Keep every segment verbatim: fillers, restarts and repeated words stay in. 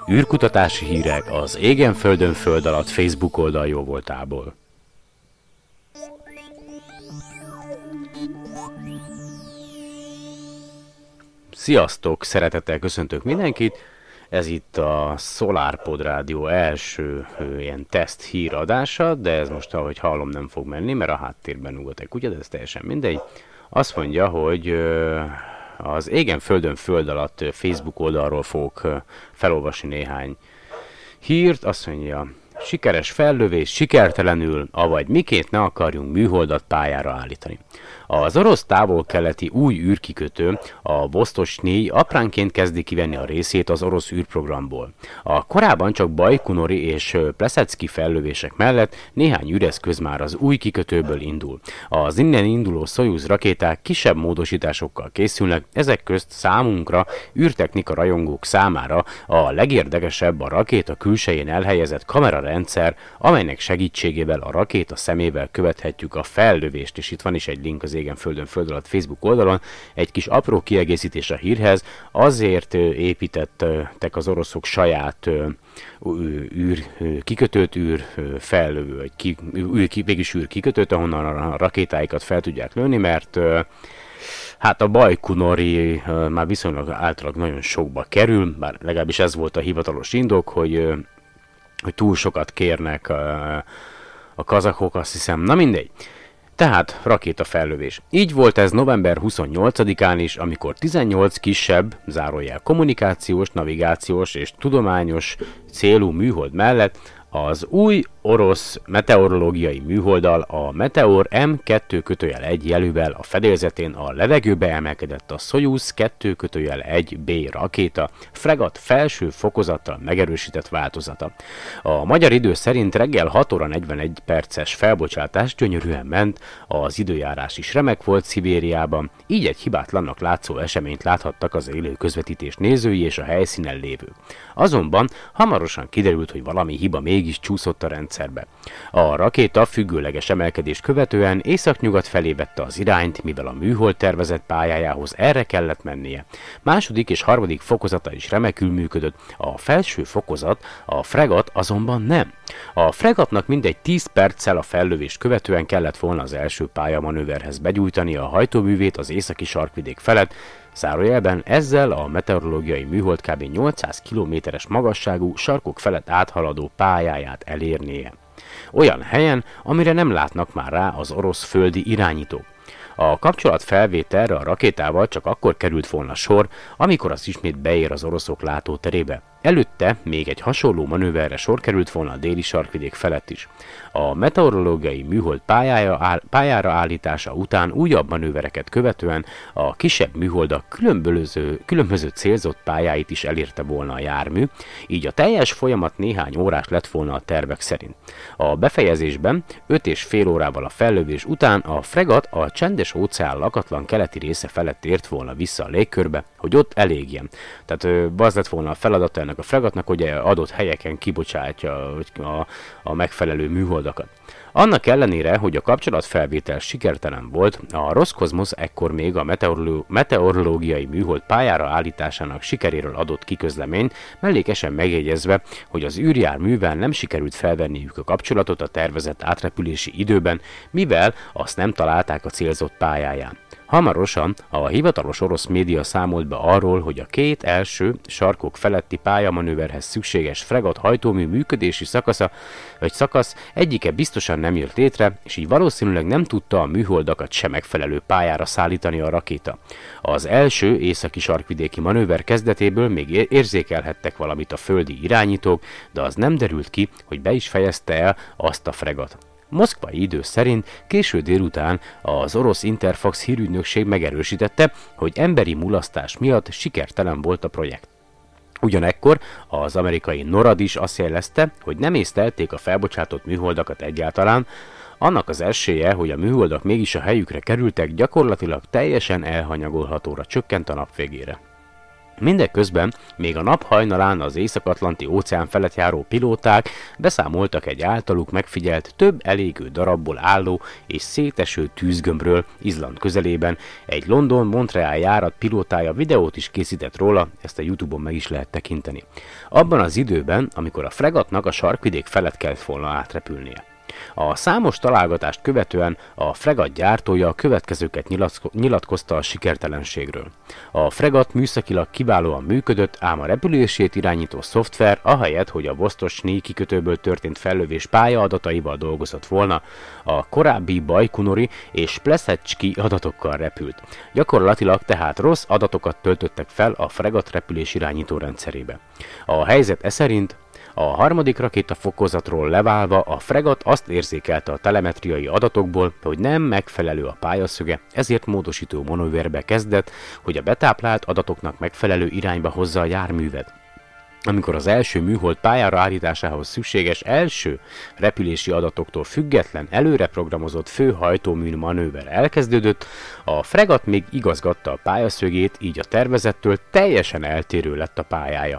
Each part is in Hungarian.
űrkutatási hírek az Égen Földön Föld alatt Facebook oldal jóvoltából. Sziasztok! Szeretettel köszöntök mindenkit! Ez itt a SolarPod Rádió első ö, ilyen teszt híradása, de ez most, ahogy hallom, nem fog menni, mert a háttérben ugat egy kutya, de ez teljesen mindegy. Azt mondja, hogy ö, az Égen Földön Föld alatt ö, Facebook oldalról fogok ö, felolvasni néhány hírt. Azt mondja, sikeres fellövés, sikertelenül, avagy miként ne akarjunk műholdat pályára állítani. Az orosz távol-keleti új űrkikötő, a Vostochny apránként kezdi kivenni a részét az orosz űrprogramból. A korábban csak Bajkonuri és Pleszecky fellövések mellett néhány űreszköz már az új kikötőből indul. Az innen induló Szojuz rakéták kisebb módosításokkal készülnek, ezek közt számunkra, űrtechnika rajongók számára a legérdekesebb a rakéta külsején elhelyezett kamerarendszer, amelynek segítségével a rakéta szemével követhetjük a fellövést, és itt van is egy link az Égen Földön Föld alatt Facebook oldalon. Egy kis apró kiegészítés a hírhez, azért építettek az oroszok saját űr kikötőt, űr fellövő, vagy ki, űr, végülis űr kikötőt, ahonnan a rakétáikat fel tudják lőni, mert hát a Bajkonuri már viszonylag általában nagyon sokba kerül, bár legalábbis ez volt a hivatalos indok, hogy, hogy túl sokat kérnek a kazakok, azt hiszem, na mindegy. Tehát rakétafellövés. Így volt ez november huszonnyolcadikán is, amikor tizennyolc kisebb, zárójel kommunikációs, navigációs és tudományos célú műhold mellett az új orosz meteorológiai műholddal, a Meteor M kettő egy jelűvel a fedélzetén a levegőbe emelkedett a Szojuz kettő egy B rakéta, fregat felső fokozattal megerősített változata. A magyar idő szerint reggel hat óra negyvenegy perces felbocsátás gyönyörűen ment, az időjárás is remek volt Szibériában, így egy hibátlannak látszó eseményt láthattak az élő közvetítés nézői és a helyszínen lévők. Azonban hamarosan kiderült, hogy valami hiba mégis csúszott a rendszerbe. A rakéta függőleges emelkedést követően északnyugat felé vette az irányt, mivel a műhold tervezett pályájához erre kellett mennie. Második és harmadik fokozata is remekül működött, a felső fokozat, a fregat azonban nem. A fregatnak mindegy tíz perccel a fellövést követően kellett volna az első pályamanőverhez begyújtani a hajtóművét az északi sarkvidék felett, zárójelben ezzel a meteorológiai műhold kb. nyolcszáz kilométeres magasságú sarkok felett áthaladó pályáját elérnie. Olyan helyen, amire nem látnak már rá az orosz földi irányítók. A kapcsolatfelvételre a rakétával csak akkor került volna sor, amikor az ismét beér az oroszok látóterébe. Előtte még egy hasonló manőverre sor került volna a déli sarkvidék felett is. A meteorológiai műhold pályája áll, pályára állítása után újabb manővereket követően a kisebb műholdak különböző, különböző célzott pályáit is elérte volna a jármű, így a teljes folyamat néhány órás lett volna a tervek szerint. A befejezésben öt és fél órával a fellövés után a fregat a Csendes óceán lakatlan keleti része felett ért volna vissza a légkörbe, hogy ott elégjen. Tehát az lett volna a feladata ennek a fregatnak, hogy adott helyeken kibocsátja a, a megfelelő műholdakat. Annak ellenére, hogy a kapcsolatfelvétel sikertelen volt, a Roszkozmosz ekkor még a meteoroló- meteorológiai műhold pályára állításának sikeréről adott kiközleményt, mellékesen megjegyezve, hogy az űrjárművel nem sikerült felvenniük a kapcsolatot a tervezett átrepülési időben, mivel azt nem találták a célzott pályáján. Hamarosan a hivatalos orosz média számolt be arról, hogy a két első sarkok feletti pályamanőverhez szükséges fregat hajtómű működési szakasza vagy szakasz egyike biztosan nem jött létre, és így valószínűleg nem tudta a műholdakat sem megfelelő pályára szállítani a rakéta. Az első északi sarkvidéki manőver kezdetéből még érzékelhettek valamit a földi irányítók, de az nem derült ki, hogy be is fejezte el azt a fregat. Moszkvai idő szerint késő délután az orosz Interfax hírügynökség megerősítette, hogy emberi mulasztás miatt sikertelen volt a projekt. Ugyanekkor az amerikai NORAD is azt jelezte, hogy nem észlelték a felbocsátott műholdakat egyáltalán, annak az esélye, hogy a műholdak mégis a helyükre kerültek, gyakorlatilag teljesen elhanyagolhatóra csökkent a nap végére. Mindeközben még a nap hajnalán az Észak-Atlanti óceán felett járó pilóták beszámoltak egy általuk megfigyelt több elégő darabból álló és széteső tűzgömbről Izland közelében. Egy London-Montreal járat pilótája videót is készített róla, ezt a YouTube-on meg is lehet tekinteni. Abban az időben, amikor a fregattnak a sarkvidék felett kellett volna átrepülnie. A számos találgatást követően a fregatt gyártója a következőket nyilatkozta a sikertelenségről. A fregatt műszakilag kiválóan működött, ám a repülését irányító szoftver ahelyett, hogy a Vostochny kikötőből történt fellövés pályadataival dolgozott volna, a korábbi Bajkonuri és Pleszecsky adatokkal repült. Gyakorlatilag tehát rossz adatokat töltöttek fel a fregatt repülés irányító rendszerébe. A helyzet e szerint a harmadik rakéta fokozatról leválva a fregatt azt érzékelte a telemetriai adatokból, hogy nem megfelelő a pályaszöge, ezért módosító manőverbe kezdett, hogy a betáplált adatoknak megfelelő irányba hozza a járművet. Amikor az első műhold pályára állításához szükséges első repülési adatoktól független, előre programozott főhajtómű manőver elkezdődött, a fregatt még igazgatta a pályaszögét, így a tervezettől teljesen eltérő lett a pályája.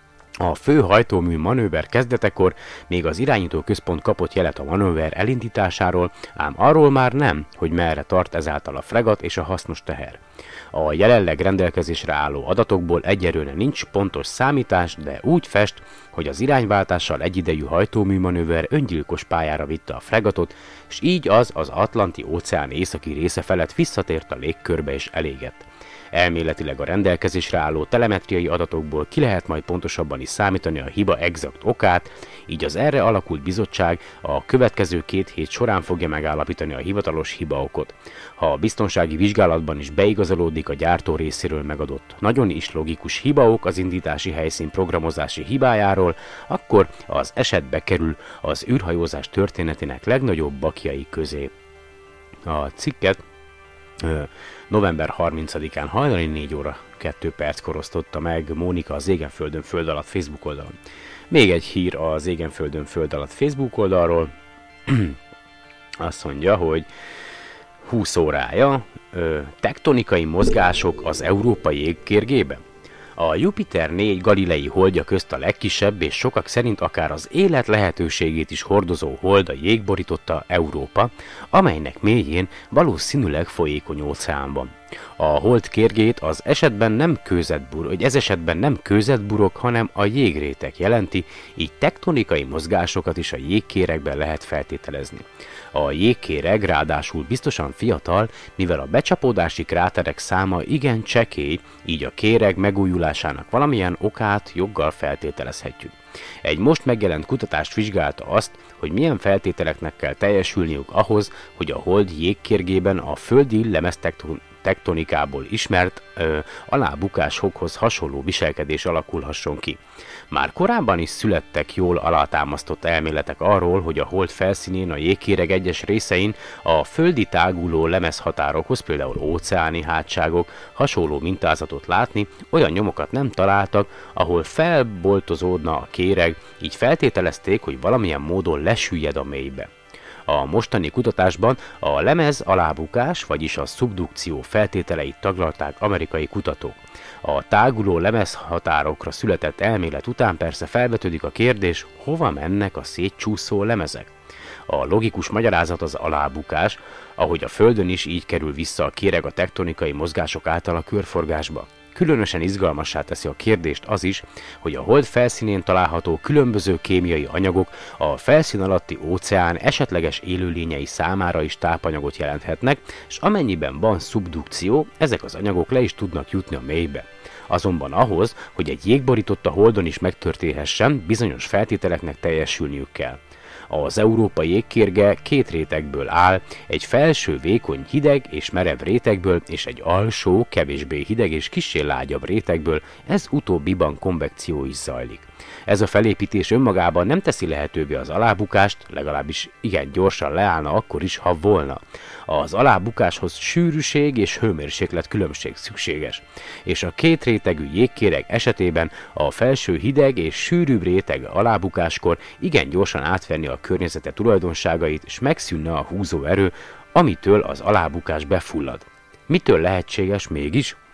A fő hajtómű manőver kezdetekor még az irányítóközpont kapott jelet a manőver elindításáról, ám arról már nem, hogy merre tart ezáltal a fregatt és a hasznos teher. A jelenleg rendelkezésre álló adatokból egyelőre nincs pontos számítás, de úgy fest, hogy az irányváltással egyidejű hajtómű manőver öngyilkos pályára vitte a fregattot, és így az az Atlanti-óceán északi része felett visszatért a légkörbe és elégett. Elméletileg a rendelkezésre álló telemetriai adatokból ki lehet majd pontosabban is számítani a hiba exakt okát, így az erre alakult bizottság a következő két hét során fogja megállapítani a hivatalos hibaokot. Ha a biztonsági vizsgálatban is beigazolódik a gyártó részéről megadott nagyon is logikus hibaok az indítási helyszín programozási hibájáról, akkor az esetbe kerül az űrhajózás történetének legnagyobb bakjai közé. A cikket november harmincadikán hajnali négy óra kettő perckor osztotta meg Mónika az Égenföldön Föld alatt Facebook oldalon. Még egy hír az Égenföldön Föld alatt Facebook oldalról. Azt mondja, hogy húsz órája tektonikai mozgások az európai égkérgében. A Jupiter négy galilei holdja közt a legkisebb és sokak szerint akár az élet lehetőségét is hordozó hold a jég borította Európa, amelynek mélyén valószínűleg folyékony óceán van. A hold kérgét az esetben nem kőzetburok, hogy ez esetben nem kőzetburok, hanem a jégréteg jelenti, így tektonikai mozgásokat is a jégkéregben lehet feltételezni. A jégkéreg ráadásul biztosan fiatal, mivel a becsapódási kráterek száma igen csekély, így a kéreg megújulásának valamilyen okát joggal feltételezhetjük. Egy most megjelent kutatást vizsgálta azt, hogy milyen feltételeknek kell teljesülniük ahhoz, hogy a hold jégkérgében a földi lemeztekton tektonikából ismert ö, alábukásokhoz hasonló viselkedés alakulhasson ki. Már korábban is születtek jól alátámasztott elméletek arról, hogy a hold felszínén a jégkéreg egyes részein a földi táguló lemezhatárokhoz, például óceáni hátságok, hasonló mintázatot látni, olyan nyomokat nem találtak, ahol felboltozódna a kéreg, így feltételezték, hogy valamilyen módon lesüllyed a mélybe. A mostani kutatásban a lemez alábukás, vagyis a szubdukció feltételeit taglalták amerikai kutatók. A táguló lemezhatárokra született elmélet után persze felvetődik a kérdés, hova mennek a szétcsúszó lemezek. A logikus magyarázat az alábukás, ahogy a Földön is így kerül vissza a kéreg a tektonikai mozgások által a körforgásba. Különösen izgalmassá teszi a kérdést az is, hogy a hold felszínén található különböző kémiai anyagok a felszín alatti óceán esetleges élőlényei számára is tápanyagot jelenthetnek, és amennyiben van szubdukció, ezek az anyagok le is tudnak jutni a mélybe. Azonban ahhoz, hogy egy jégborított a holdon is megtörténhessen, bizonyos feltételeknek teljesülniük kell. Az európai jégkérge két rétegből áll, egy felső vékony hideg és merev rétegből, és egy alsó, kevésbé hideg és kissé lágyabb rétegből, ez utóbbiban konvekció is zajlik. Ez a felépítés önmagában nem teszi lehetővé az alábukást, legalábbis igen gyorsan leállna akkor is, ha volna. Az alábukáshoz sűrűség és hőmérséklet különbség szükséges, és a két rétegű jégkéreg esetében a felső hideg és sűrűbb réteg alábukáskor igen gyorsan átvenni a környezete tulajdonságait, és megszűnne a húzó erő, amitől az alábukás befullad. Mitől lehetséges mégis?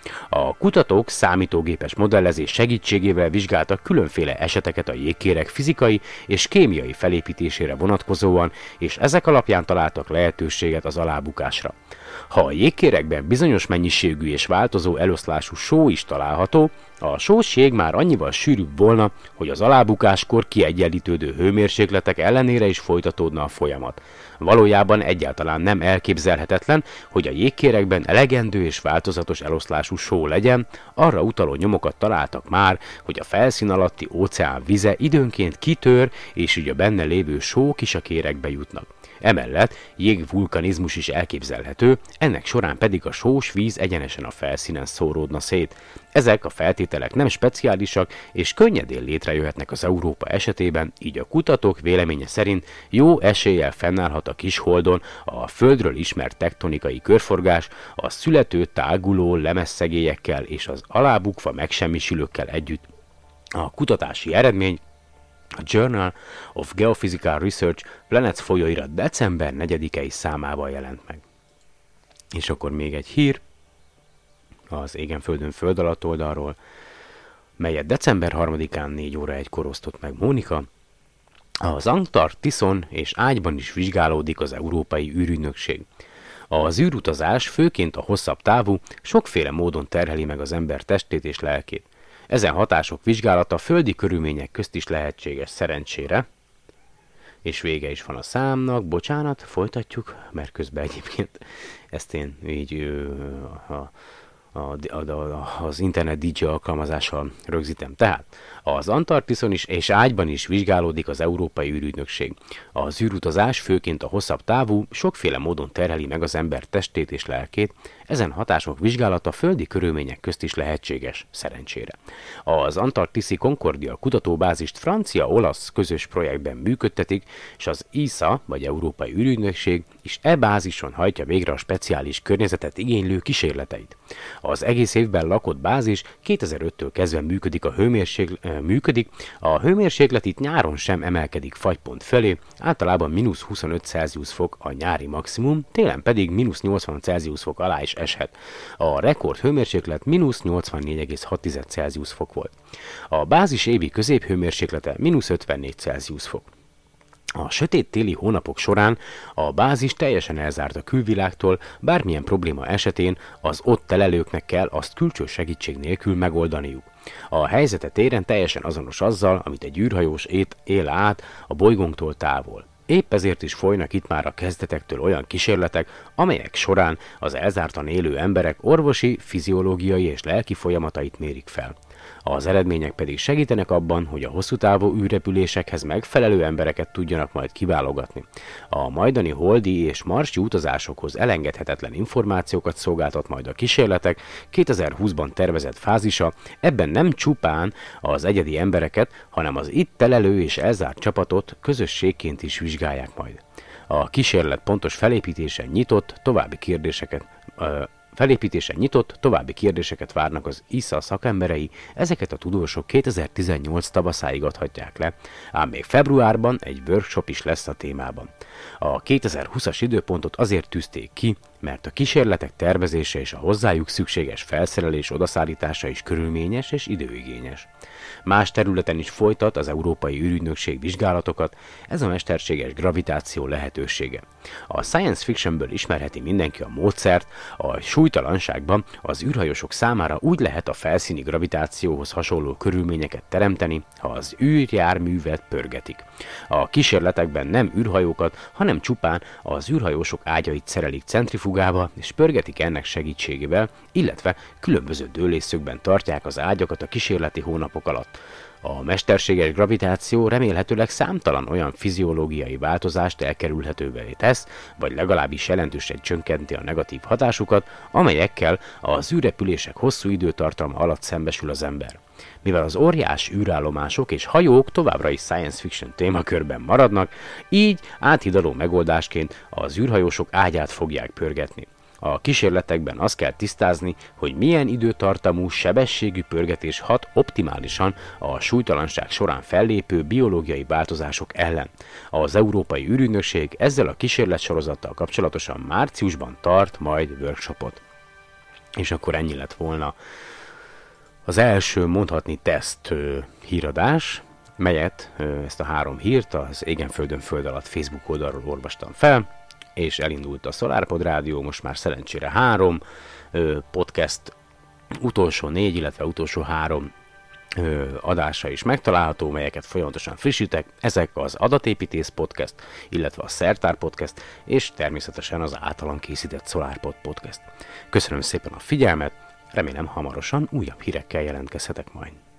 A kutatók számítógépes modellezés segítségével vizsgáltak különféle eseteket a jégkérek fizikai és kémiai felépítésére vonatkozóan, és ezek alapján találtak lehetőséget az alábukásra. Ha a jégkérekben bizonyos mennyiségű és változó eloszlású só is található, a sós jég már annyival sűrűbb volna, hogy az alábukáskor kiegyenlítődő hőmérsékletek ellenére is folytatódna a folyamat. Valójában egyáltalán nem elképzelhetetlen, hogy a jégkérekben elegendő és változatos eloszlású só legyen, arra utaló nyomokat találtak már, hogy a felszín alatti óceán vize időnként kitör, és így a benne lévő sók is a kérekbe jutnak. Emellett jégvulkanizmus is elképzelhető, ennek során pedig a sós víz egyenesen a felszínen szóródna szét. Ezek a feltételek nem speciálisak, és könnyedén létrejöhetnek az Európa esetében, így a kutatók véleménye szerint jó eséllyel fennállhat a Kisholdon a Földről ismert tektonikai körforgás, a születő táguló lemezszegélyekkel és az alábukva megsemmisülőkkel együtt. A kutatási eredmény a Journal of Geophysical Research Planets folyóirat december negyedikei számával jelent meg. És akkor még egy hír az Égen Földön Föld alatt oldalról, melyet december harmadikán négy óra egykor osztott meg Mónika. Az Antarktiszon és ágyban is vizsgálódik az Európai űrügynökség. Az űrutazás főként a hosszabb távú, sokféle módon terheli meg az ember testét és lelkét. Ezen hatások vizsgálata földi körülmények közt is lehetséges szerencsére. És vége is van a számnak, bocsánat, folytatjuk, mert közben egyébként ezt én így a, a, a, a, az internet dé jé alkalmazással rögzítem. Tehát az Antarktiszon is és ágyban is vizsgálódik az Európai űrügynökség. Az űrutazás főként a hosszabb távú, sokféle módon terheli meg az ember testét és lelkét, ezen hatások vizsgálata földi körülmények közt is lehetséges, szerencsére. Az Antarktiszi Concordia kutatóbázist francia-olasz közös projektben működtetik, és az é es á, vagy Európai űrügynökség is e bázison hajtja végre a speciális környezetet igénylő kísérleteit. Az egész évben lakott bázis kétezer-öttől kezdve működik a hőmérséklet, működik, a hőmérséklet itt nyáron sem emelkedik fagypont felé, általában mínusz huszonöt Celsius fok a nyári maximum, télen pedig mínusz nyolcvan Celsius fok alá is eshet. A rekord hőmérséklet mínusz nyolcvannégy egész hat Celsius fok volt. A bázis évi középhőmérséklete mínusz ötvennégy Celsius fok. A sötét téli hónapok során a bázis teljesen elzárt a külvilágtól, bármilyen probléma esetén az ott telelőknek kell azt külső segítség nélkül megoldaniuk. A helyzete téren teljesen azonos azzal, amit egy űrhajós él át a bolygónktól távol. Épp ezért is folynak itt már a kezdetektől olyan kísérletek, amelyek során az elzártan élő emberek orvosi, fiziológiai és lelki folyamatait mérik fel. Az eredmények pedig segítenek abban, hogy a hosszú távú űrrepülésekhez megfelelő embereket tudjanak majd kiválogatni. A majdani holdi és marsi utazásokhoz elengedhetetlen információkat szolgáltat majd a kísérletek kétezer-húszban tervezett fázisa, ebben nem csupán az egyedi embereket, hanem az itt telelő és elzárt csapatot közösségként is vizsgálják majd. A kísérlet pontos felépítése nyitott, további kérdéseket ö, Felépítésen nyitott, további kérdéseket várnak az é es á szakemberei, ezeket a tudósok kétezer-tizennyolc tavaszáig adhatják le, ám még februárban egy workshop is lesz a témában. A kétezer-húszas időpontot azért tűzték ki, mert a kísérletek tervezése és a hozzájuk szükséges felszerelés odaszállítása is körülményes és időigényes. Más területen is folytat az Európai űrügynökség vizsgálatokat, ez a mesterséges gravitáció lehetősége. A science fictionből ismerheti mindenki a módszert, a súlytalanságban az űrhajósok számára úgy lehet a felszíni gravitációhoz hasonló körülményeket teremteni, ha az űrjárművet pörgetik. A kísérletekben nem űrhajókat, hanem csupán az űrhajósok ágyait szerelik centrifugába és pörgetik ennek segítségével, illetve különböző dőlésszögben tartják az ágyakat a kísérleti hónapok alatt. A mesterséges gravitáció remélhetőleg számtalan olyan fiziológiai változást elkerülhetővé tesz, vagy legalábbis jelentősen csökkenti a negatív hatásukat, amelyekkel az űrrepülések hosszú időtartalma alatt szembesül az ember. Mivel az óriás űrállomások és hajók továbbra is science fiction témakörben maradnak, így áthidaló megoldásként az űrhajósok ágyát fogják pörgetni. A kísérletekben azt kell tisztázni, hogy milyen időtartamú, sebességű pörgetés hat optimálisan a súlytalanság során fellépő biológiai változások ellen. Az Európai űrügynökség ezzel a kísérletsorozattal kapcsolatosan márciusban tart majd workshopot. És akkor ennyi lett volna az első mondhatni teszt híradás, melyet, ezt a három hírt az Égen Földön Föld Alatt Facebook oldalról olvastam fel, és elindult a SolarPod Rádió, most már szerencsére három podcast, utolsó négy, illetve utolsó három adása is megtalálható, melyeket folyamatosan frissítek. Ezek az Adatépítész Podcast, illetve a Szertár Podcast, és természetesen az általam készített SolarPod Podcast. Köszönöm szépen a figyelmet, remélem hamarosan újabb hírekkel jelentkezhetek majd.